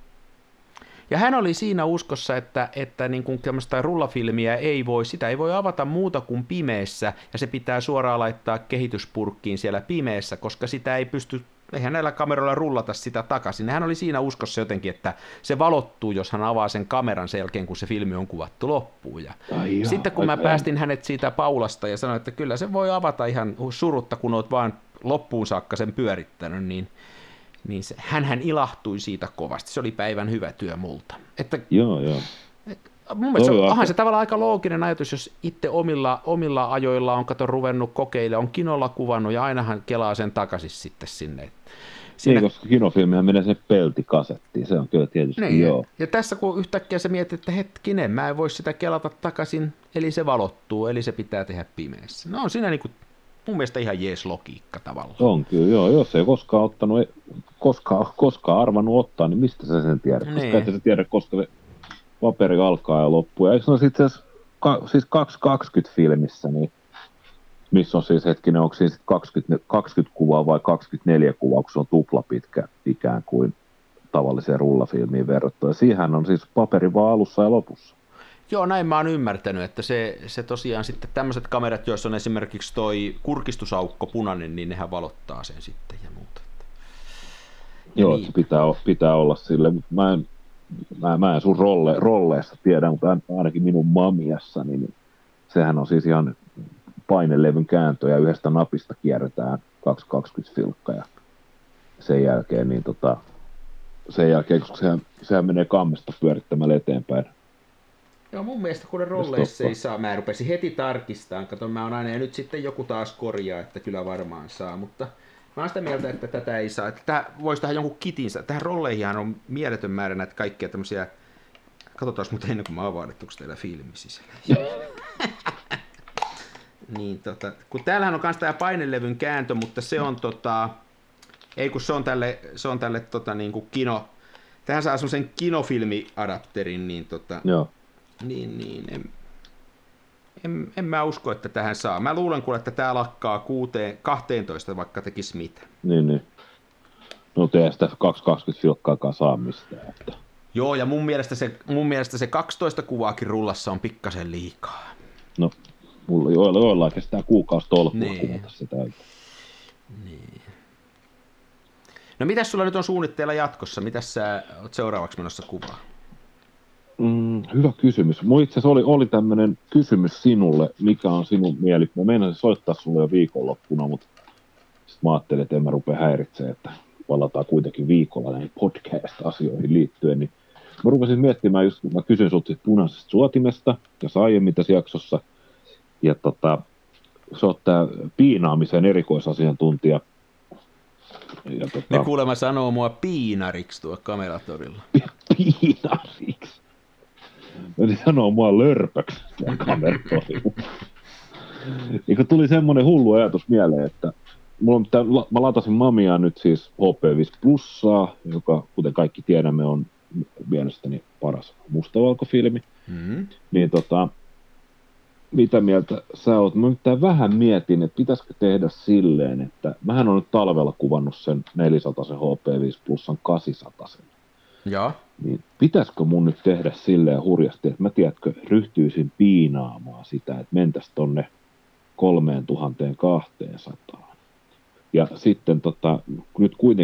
S1: Ja hän oli siinä uskossa, että, että niin kuin tämmöistä rullafilmiä ei voi, sitä ei voi avata muuta kuin pimeässä, ja se pitää suoraan laittaa kehityspurkkiin siellä pimeässä, koska sitä ei pysty, eihän näillä kameroilla rullata sitä takaisin. Hän oli siinä uskossa jotenkin, että se valottuu, jos hän avaa sen kameran sen jälkeen, kun se filmi on kuvattu loppuun. Ja
S2: Ai
S1: sitten kun mä päästin hänet siitä Paulasta ja sanoin, että kyllä se voi avata ihan surutta, kun oot vaan loppuun saakka sen pyörittänyt, niin niin se, hänhän ilahtui siitä kovasti. Se oli päivän hyvä työ multa. Että,
S2: joo, joo.
S1: Et, mun mielestä se on, onhan se tavallaan aika looginen ajatus, jos itse omilla, omilla ajoilla on kato ruvennut kokeilemaan, on kinolla kuvannut ja ainahan kelaa sen takaisin sitten sinne.
S2: Siinä... Niin, koska kinofilmihän menee sen peltikasettiin, se on kyllä tietysti niin, joo.
S1: Ja tässä kun yhtäkkiä sä mietit, että hetkinen, mä en voi sitä kelata takaisin, eli se valottuu, eli se pitää tehdä pimeässä. No on siinä niin kuin mun mielestä ihan jees logiikka tavallaan.
S2: On kyllä, joo. Jos ei koskaan ottanut, koskaan, koskaan arvannut ottaa, niin mistä sä sen tiedät? Koska niin. Et sä tiedä, koska se paperi alkaa ja loppuu. Ja eikö se ole itse asiassa ka, siis kaksisataakaksikymmentä filmissä, niin missä on siis hetkinen, onko siis kaksikymmentä, kaksikymmentä kuvaa vai kaksikymmentäneljä kuvaa, kun se on tupla pitkä ikään kuin tavalliseen rullafilmiin verrattuna. Siihen on siis paperi vaan alussa ja lopussa.
S1: Joo, näin mä oon ymmärtänyt, että se, se tosiaan sitten tämmöiset kamerat, joissa on esimerkiksi toi kurkistusaukko punainen, niin nehän valottaa sen sitten ja muuta. Ja
S2: joo,
S1: niin.
S2: Se pitää, pitää olla sille, mutta mä en, mä, mä en sun rolle, rolleista tiedä, mutta ainakin minun mamiassa, niin sehän on siis ihan painelevyn kääntö ja yhdestä napista kierretään kaksisataakaksikymmentä filkkaa ja sen jälkeen, niin tota, sen jälkeen, koska sehän, sehän menee kammesta pyörittämällä eteenpäin.
S1: Joo, mun mielestä kun ne rolleissa ei saa, mä rupesin heti tarkistamaan, kato mä oon aina, ja nyt sitten joku taas korjaa, että kyllä varmaan saa, mutta mä oon sitä mieltä, että tätä ei saa, että tää voisi tähän jonkun kitinsä, tähän rolleihinhan on mieletön määrä näitä kaikkia tämmöisiä, katsotaan mutta ennen kuin mä avaan, että onko teillä filmi sisällä. Niin, tota, kun täällähän on myös tämä painelevyn kääntö, mutta se on tota, ei kun se on tälle, se on tälle tota, niin kuin kino, tähän saa semmoisen kinofilmiadapterin, niin tota,
S2: joo.
S1: Niin, niin. En, en, en mä usko, että tähän saa. Mä luulen kuule, että tää lakkaa kuuteen, kahteentoista, vaikka tekisi mitä.
S2: Niin, niin. No ei sitä kaksisataakaksikymmentä filkkaakaan saa mistään. Että...
S1: Joo, ja mun mielestä, se, mun mielestä se kaksitoista kuvaakin rullassa on pikkasen liikaa.
S2: No, mulla joilla, joillain kestää kuukausi tolkua niin. Kuvata se täytyy.
S1: Niin. No mitäs sulla nyt on suunnitteilla jatkossa? Mitäs sä oot seuraavaksi menossa kuvaa?
S2: Mm, hyvä kysymys. Mulla itse asiassa oli, oli tämmöinen kysymys sinulle, mikä on sinun mieli. Mä meinasin soittaa sulle jo viikonloppuna, mutta sitten mä ajattelin, että en mä rupea häiritsemään, että palataan kuitenkin viikolla näihin podcast-asioihin liittyen. Niin mä rupesin miettimään, just kun mä kysyin sulta punaisesta suotimesta, tässä aiemmin tässä jaksossa, ja tota, sä oot tää piinaamisen erikoisasiantuntija.
S1: Ja tota... Ne kuulemma sanoo mua piinariksi tuo kameratorilla.
S2: Piinariksi? Eli sanoo mua lörpöksi tuo kameratorilla. Eikö tuli semmoinen hullu ajatus mieleen, että mulla on tämän, mä latasin Mamiaan nyt siis H P viisi Plussaa, joka kuten kaikki tiedämme on mielestäni paras mustavalkofilmi. Mm-hmm. Niin tota, mitä mieltä sä oot? Mä nyt vähän mietin, että pitäisikö tehdä silleen, että mähän on nyt talvella kuvannut sen neljäsataa H P viisi Plusan kahdeksansataa.
S1: Ja.
S2: Niin pitäisikö mun nyt tehdä silleen hurjasti, että mä tiedätkö, ryhtyisin piinaamaan sitä, että mentäisiin tonne kolmetuhatta kaksisataa. Ja sitten tota, nyt kuitenkin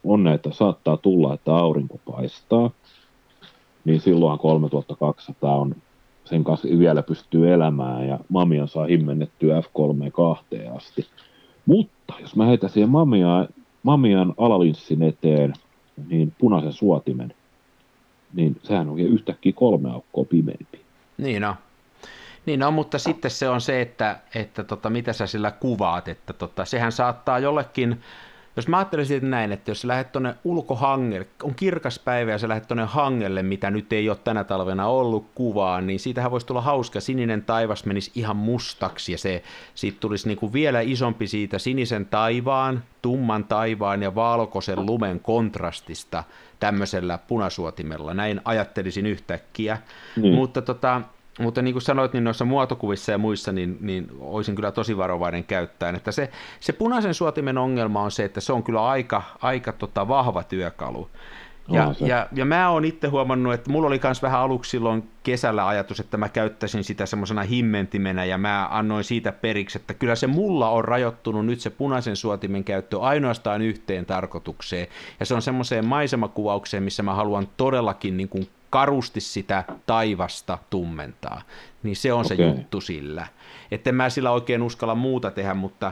S2: on näitä, saattaa tulla, että aurinko paistaa, niin silloin kolmetuhattakaksisataa on, sen kanssa vielä pystyy elämään ja Mamian saa himmennettyä F kolme kahteen asti. Mutta jos mä heitän siihen Mamian, Mamian alalinssin eteen niin punaisen suotimen, niin sehän on yhtäkkiä kolme aukkoa pimeämpi.
S1: Niin on. Niin on, mutta sitten se on se, että, että tota, mitä sä sillä kuvaat, että tota, sehän saattaa jollekin, jos mä ajattelisin näin, että jos sä lähdet tuonne ulkohangelle, on kirkas päivä ja sä lähdet tuonne hangelle, mitä nyt ei ole tänä talvena ollut kuvaan, niin siitähän voisi tulla hauska, sininen taivas menisi ihan mustaksi ja se, siitä tulisi niin kuin vielä isompi siitä sinisen taivaan, tumman taivaan ja valkoisen lumen kontrastista tämmöisellä punasuotimella, näin ajattelisin yhtäkkiä, mm. mutta tota, Mutta niin kuin sanoit, niin noissa muotokuvissa ja muissa, niin, niin olisin kyllä tosi varovainen käyttäen. Että se, se punaisen suotimen ongelma on se, että se on kyllä aika, aika tota vahva työkalu. Ja, oh, ja, ja mä oon itse huomannut, että mulla oli myös vähän aluksi silloin kesällä ajatus, että mä käyttäisin sitä semmoisena himmentimenä, ja mä annoin siitä periksi, että kyllä se mulla on rajoittunut nyt se punaisen suotimen käyttö ainoastaan yhteen tarkoitukseen, ja se on semmoiseen maisemakuvaukseen, missä mä haluan todellakin niin kuin karusti sitä taivasta tummentaa, niin se on okay. Se juttu sillä. Että en mä sillä oikein uskalla muuta tehdä, mutta...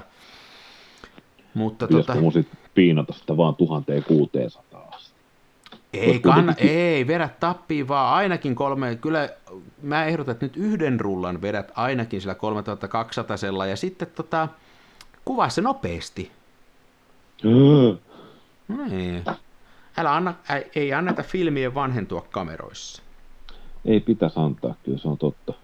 S1: mutta
S2: Pitäisikö tota... mun sit piinata sitä vaan tuhatkuusisataa asti?
S1: Ei, kann... ei, vedät tappiin vaan ainakin kolme, kyllä mä ehdotan, että nyt yhden rullan vedät ainakin sillä kolmetuhattakaksisataa ja sitten tota, kuvaa se nopeasti.
S2: Mm.
S1: Niin. Älä anna, ei anneta filmien vanhentua kameroissa.
S2: Ei pitäisi antaa, kyllä se on totta.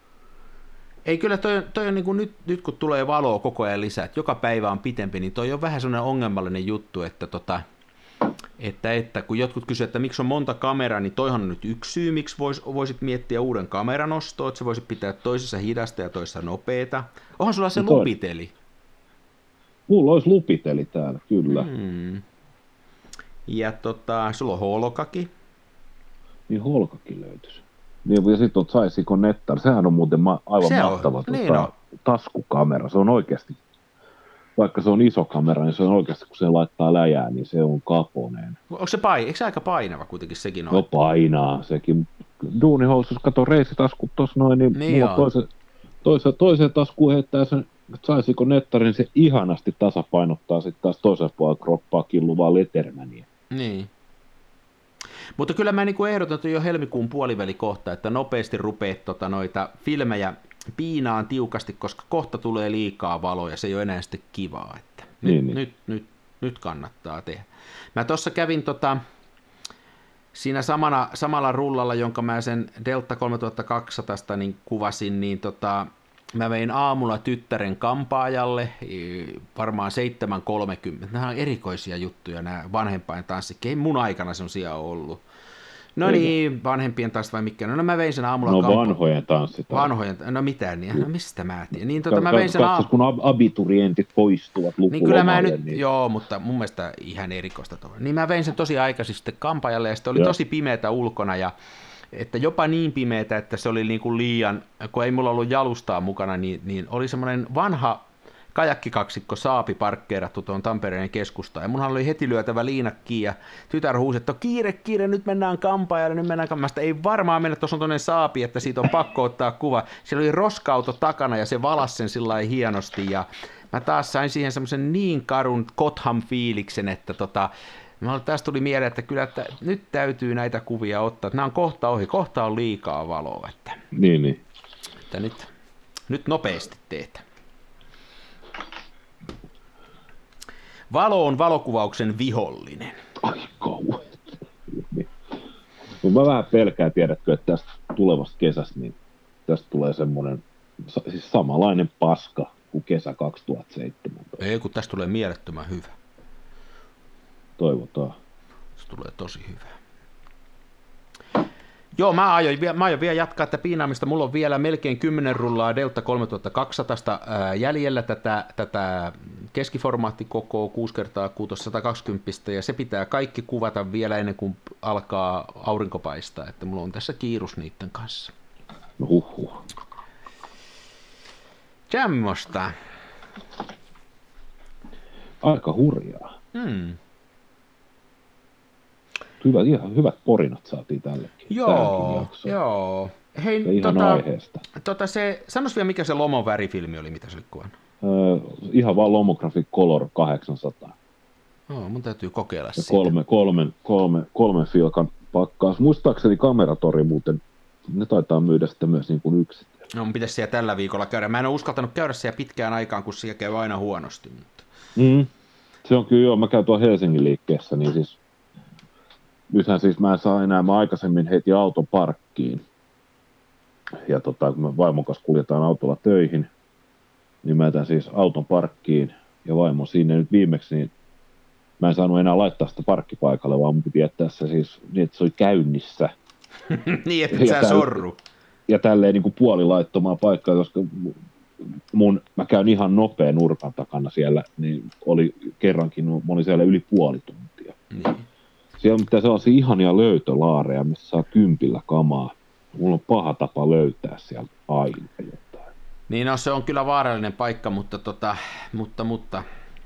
S1: Ei kyllä, toi, toi on niin kuin nyt, nyt kun tulee valoa koko ajan lisää, että joka päivä on pitempi, niin toi on vähän sellainen ongelmallinen juttu, että, tota, että, että kun jotkut kysyvät, että miksi on monta kameraa, niin toihan on nyt yksi syy, miksi vois, voisit miettiä uuden kameran ostoa, että se voisi pitää toisessa hidasta ja toisessa nopeeta. Onhan sulla se no toi... lupiteli?
S2: Mulla olisi lupiteli täällä, kyllä.
S1: Hmm. Ja tota, sulla on holkaki.
S2: Niin holkakin löytyisi. Niin, ja sitten on Saisiko Nettar. Sehän on muuten ma- aivan se mahtava on, niin tota, taskukamera. Se on oikeasti, vaikka se on iso kamera, niin se on oikeasti, kun se laittaa läjää, niin se on kaponeen.
S1: Onko se, pain- Eikö se aika painava kuitenkin sekin on?
S2: No painaa sekin. Duunihousussa, kato reisitaskut tuossa noin, niin, niin mulla toisen, toisen, toiseen taskuun heittää sen Saisiko Nettarin, se ihanasti tasapainottaa sitten taas toisen puolella kroppaa killuvaa Lettermania.
S1: Niin. Mutta kyllä mä niin ehdotan jo helmikuun puolivälikohta, että nopeasti rupeat tota noita filmejä piinaan tiukasti, koska kohta tulee liikaa valoa ja se ei ole enää sitten kivaa. Että nyt, niin, nyt, nyt, nyt kannattaa tehdä. Mä tuossa kävin tota, siinä samana, samalla rullalla, jonka mä sen Delta kolmetuhattakaksisataa niin kuvasin, niin tota, mä vein aamulla tyttären kampaajalle, varmaan seitsemän kolmekymmentä. Nämä on erikoisia juttuja, nämä vanhempain tanssit. Ei mun aikana semmosia ollut. No Eikä. niin, vanhempien tanssit vai mikä? No, no mä vein sen aamulla
S2: No
S1: kampa-
S2: vanhojen tanssit.
S1: Vanhojen, no mitään, niin, no mistä mä tiedän. Niin, tota, mä vein sen
S2: aamulla. Kun abiturientit poistuvat lukulomalle.
S1: Niin kyllä mä nyt, niin... joo, mutta mun mielestä ihan erikoista tuolla. Niin mä vein sen tosi aikaisin sitten kampaajalle ja sitten oli ja. tosi pimeätä ulkona ja että jopa niin pimeätä, että se oli niin kuin liian, kun ei mulla ollut jalustaa mukana, niin, niin oli semmoinen vanha kajakkikaksikko saapi parkkeerattu tuon Tampereen keskustaan. Ja munhan oli heti lyötävä liinat kiinni ja tytär huusi, että kiire, kiire, nyt mennään kampaajalle, nyt mennään kampaajalle. Ei varmaan mennä, tuossa on tuonne saapi, että siitä on pakko ottaa kuva. Siellä oli roska-auto takana ja se valasi sen sillä lailla hienosti ja mä taas sain siihen semmoisen niin karun Kotham-fiiliksen, että tota, tästä tuli mieleen, että kyllä että nyt täytyy näitä kuvia ottaa. Nämä on kohta ohi, kohta on liikaa valoa. Että,
S2: niin, niin.
S1: Että nyt, nyt nopeasti teet. Valo on valokuvauksen vihollinen.
S2: Ai kauan. No mä vähän pelkään, tiedätkö, että tästä tulevasta kesästä, niin tästä tulee semmoinen siis samanlainen paska kuin kesä kaksituhattaseitsemäntoista.
S1: Ei, kun tästä tulee mielettömän hyvä.
S2: Toivotaan.
S1: Se tulee tosi hyvä. Joo, mä aion, mä aion vielä jatkaa tätä piinaamista. Mulla on vielä melkein kymmenen rullaa Delta kolmetuhattakaksisataa jäljellä tätä, tätä keskiformaattikokoa kuusi kertaa kuusi sata kaksikymmentä, ja se pitää kaikki kuvata vielä ennen kuin alkaa aurinko paistaa, että mulla on tässä kiirus niiden kanssa.
S2: No huhhuh.
S1: Semmosta.
S2: Aika hurjaa.
S1: Hmm.
S2: hyvä, ihan hyvät porinat saatiin tällekin.
S1: Joo, joo. Hei,
S2: ja ihan
S1: tota,
S2: aiheesta.
S1: Tota se, sanois vielä, mikä se Lomon värifilmi oli, mitä se oli kuvannut?
S2: Öö, ihan vaan Lomographic Color kahdeksansataa.
S1: Oh, mun täytyy kokeilla
S2: ja
S1: sitä.
S2: Kolme, kolme, kolme, kolme filkan pakkaus. Muistaakseni Kameratori muuten, ne taitaa myydä sitä myös niin kuin yksittäin.
S1: No mun pitäisi siellä tällä viikolla käydä. Mä en ole uskaltanut käydä siellä pitkään aikaan, kun siellä käy aina huonosti. Mutta...
S2: Mm. Se on kyllä joo, mä käyn tuolla Helsingin liikkeessä, niin siis nythän siis mä en saa enää, mä aikaisemmin heitin auton parkkiin. Ja tota, kun me vaimon kanssa kuljetaan autolla töihin, niin mä jätän siis auton parkkiin ja vaimo sinne nyt viimeksi, niin mä en saanut enää laittaa sitä parkkipaikalle, vaan mun piti jättää se siis niin, että se oli käynnissä.
S1: Niin, että sä sorru.
S2: Ja tälleen niin kuin puolilaittomaan paikkaa, koska mun, mä käyn ihan nopea nurkan takana siellä, niin oli kerrankin, mä olin siellä yli puoli tuntia. Niin. Siellä on mitään sellaisia ihania löytölaareja, missä saa kympillä kamaa. Mulla on paha tapa löytää sieltä aina jotain.
S1: Niin no, se on kyllä vaarallinen paikka, mutta tota, mutta, mutta.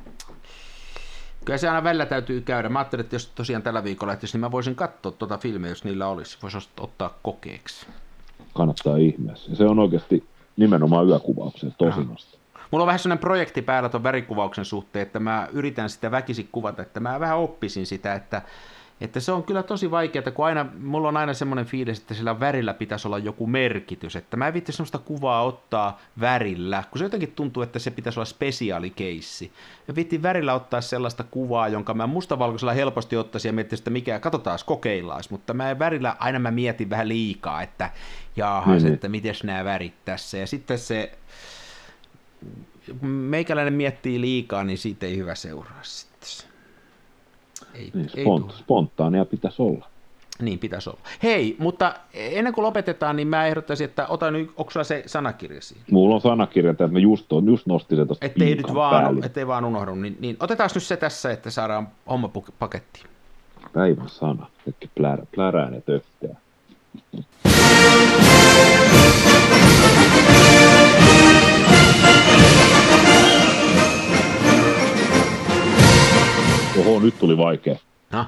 S1: Kyllä se aina välillä täytyy käydä. Mä ajattelin, että jos tosiaan tällä viikolla lähtisi, niin mä voisin katsoa tuota filmiä, jos niillä olisi. Voisi ottaa kokeeksi.
S2: Kannattaa ihmeessä. Se on oikeasti nimenomaan yökuvauksen tosinasta.
S1: Mulla on vähän sellainen projekti päällä tuon värikuvauksen suhteen, että mä yritän sitä väkisin kuvata, että mä vähän oppisin sitä, että, että se on kyllä tosi vaikeaa, kun aina, mulla on aina semmoinen fiilis, että sillä värillä pitäisi olla joku merkitys, että mä en viitti semmoista kuvaa ottaa värillä, kun se jotenkin tuntuu, että se pitäisi olla spesiaalikeissi. Mä viittin värillä ottaa sellaista kuvaa, jonka mä mustavalkoisella helposti ottaisin ja miettisin, että mikä, katsotaan, kokeillaan, mutta mä värillä aina mä mietin vähän liikaa, että jaahas, mm-hmm. että mites nämä värit tässä, ja sitten se meikäläinen miettii liikaa, niin siitä ei hyvä seuraa sitten. Ei,
S2: niin,
S1: ei
S2: spont- spontaania pitäisi olla.
S1: Niin, pitäisi olla. Hei, mutta ennen kuin lopetetaan, niin mä ehdottaisin, että ota nyt, onko sulla se sanakirja siinä?
S2: Mulla on sanakirja, että mä just, just nostin sen tuosta
S1: ettei nyt vaan, ettei vaan unohdu, niin, niin otetaan nyt se tässä, että saadaan homma pakettiin.
S2: Päivän sana, että plärää, plärää ne tökkää. Oho, nyt tuli vaikea.
S1: No?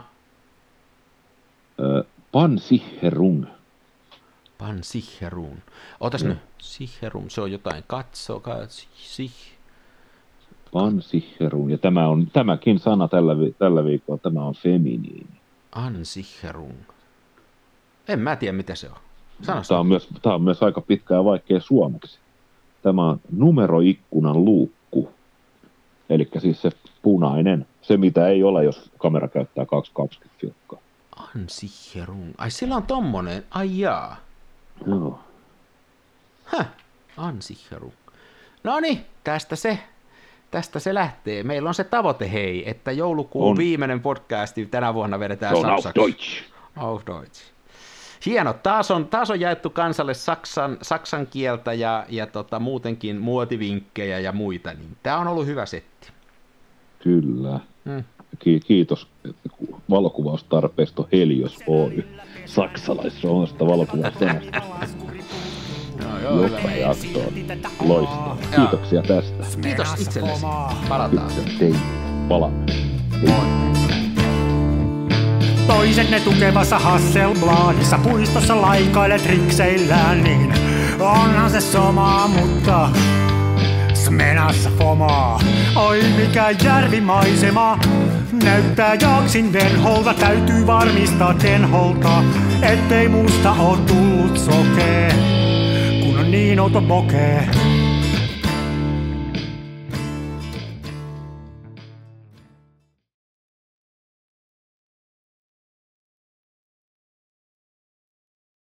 S2: Ö, Pansiherung.
S1: Pansiherung. Otas no. nyt. Siherung, se on jotain. Katso, katso, sih.
S2: Pansiherung. Ja tämä on, tämäkin sana tällä, tällä viikolla, tämä on feminiini.
S1: Ansiherung. En mä tiedä, mitä se on. Sano
S2: tämä, on myös, tämä on myös aika pitkä ja vaikea suomeksi. Tämä on numeroikkunan luukku. Eli siis se punainen. Se, mitä ei ole, jos kamera käyttää kaksisataakaksikymmentä filkkaa.
S1: Ansiherung. Ai, sillä on tommonen. Ai jaa.
S2: Joo.
S1: Häh. Ansiherung. Noniin, tästä se. Tästä se lähtee. Meillä on se tavoite, hei, että joulukuun on. Viimeinen podcasti tänä vuonna vedetään
S2: se on
S1: saksaksi.
S2: Auf Deutsch.
S1: Auf Deutsch. Hieno. Taas on, taas on jaettu kansalle saksan, saksan kieltä ja, ja tota, muutenkin muotivinkkejä ja muita. Niin tämä on ollut hyvä setti.
S2: Kyllä.
S1: Hmm.
S2: Kiitos valokuvaustarpeisto Helios Oy. Saksalaisrohasta valokuvaussanasta.
S1: No, joo,
S2: joka jaksoon. Loistaa. Kiitoksia tästä.
S1: Kiitos itsellesi. Palataan.
S2: Tein. Palaamme.
S3: Toisenne tukevassa Hasselbladissa puistossa laikailet rikseillään, niin onhan se somaa, mutta smenassa fomaa. Oi mikä järvimaisema, näyttää jaksin venholta, täytyy varmistaa tenholta, ettei musta oo tullut sokee, kun on niin outo pokee.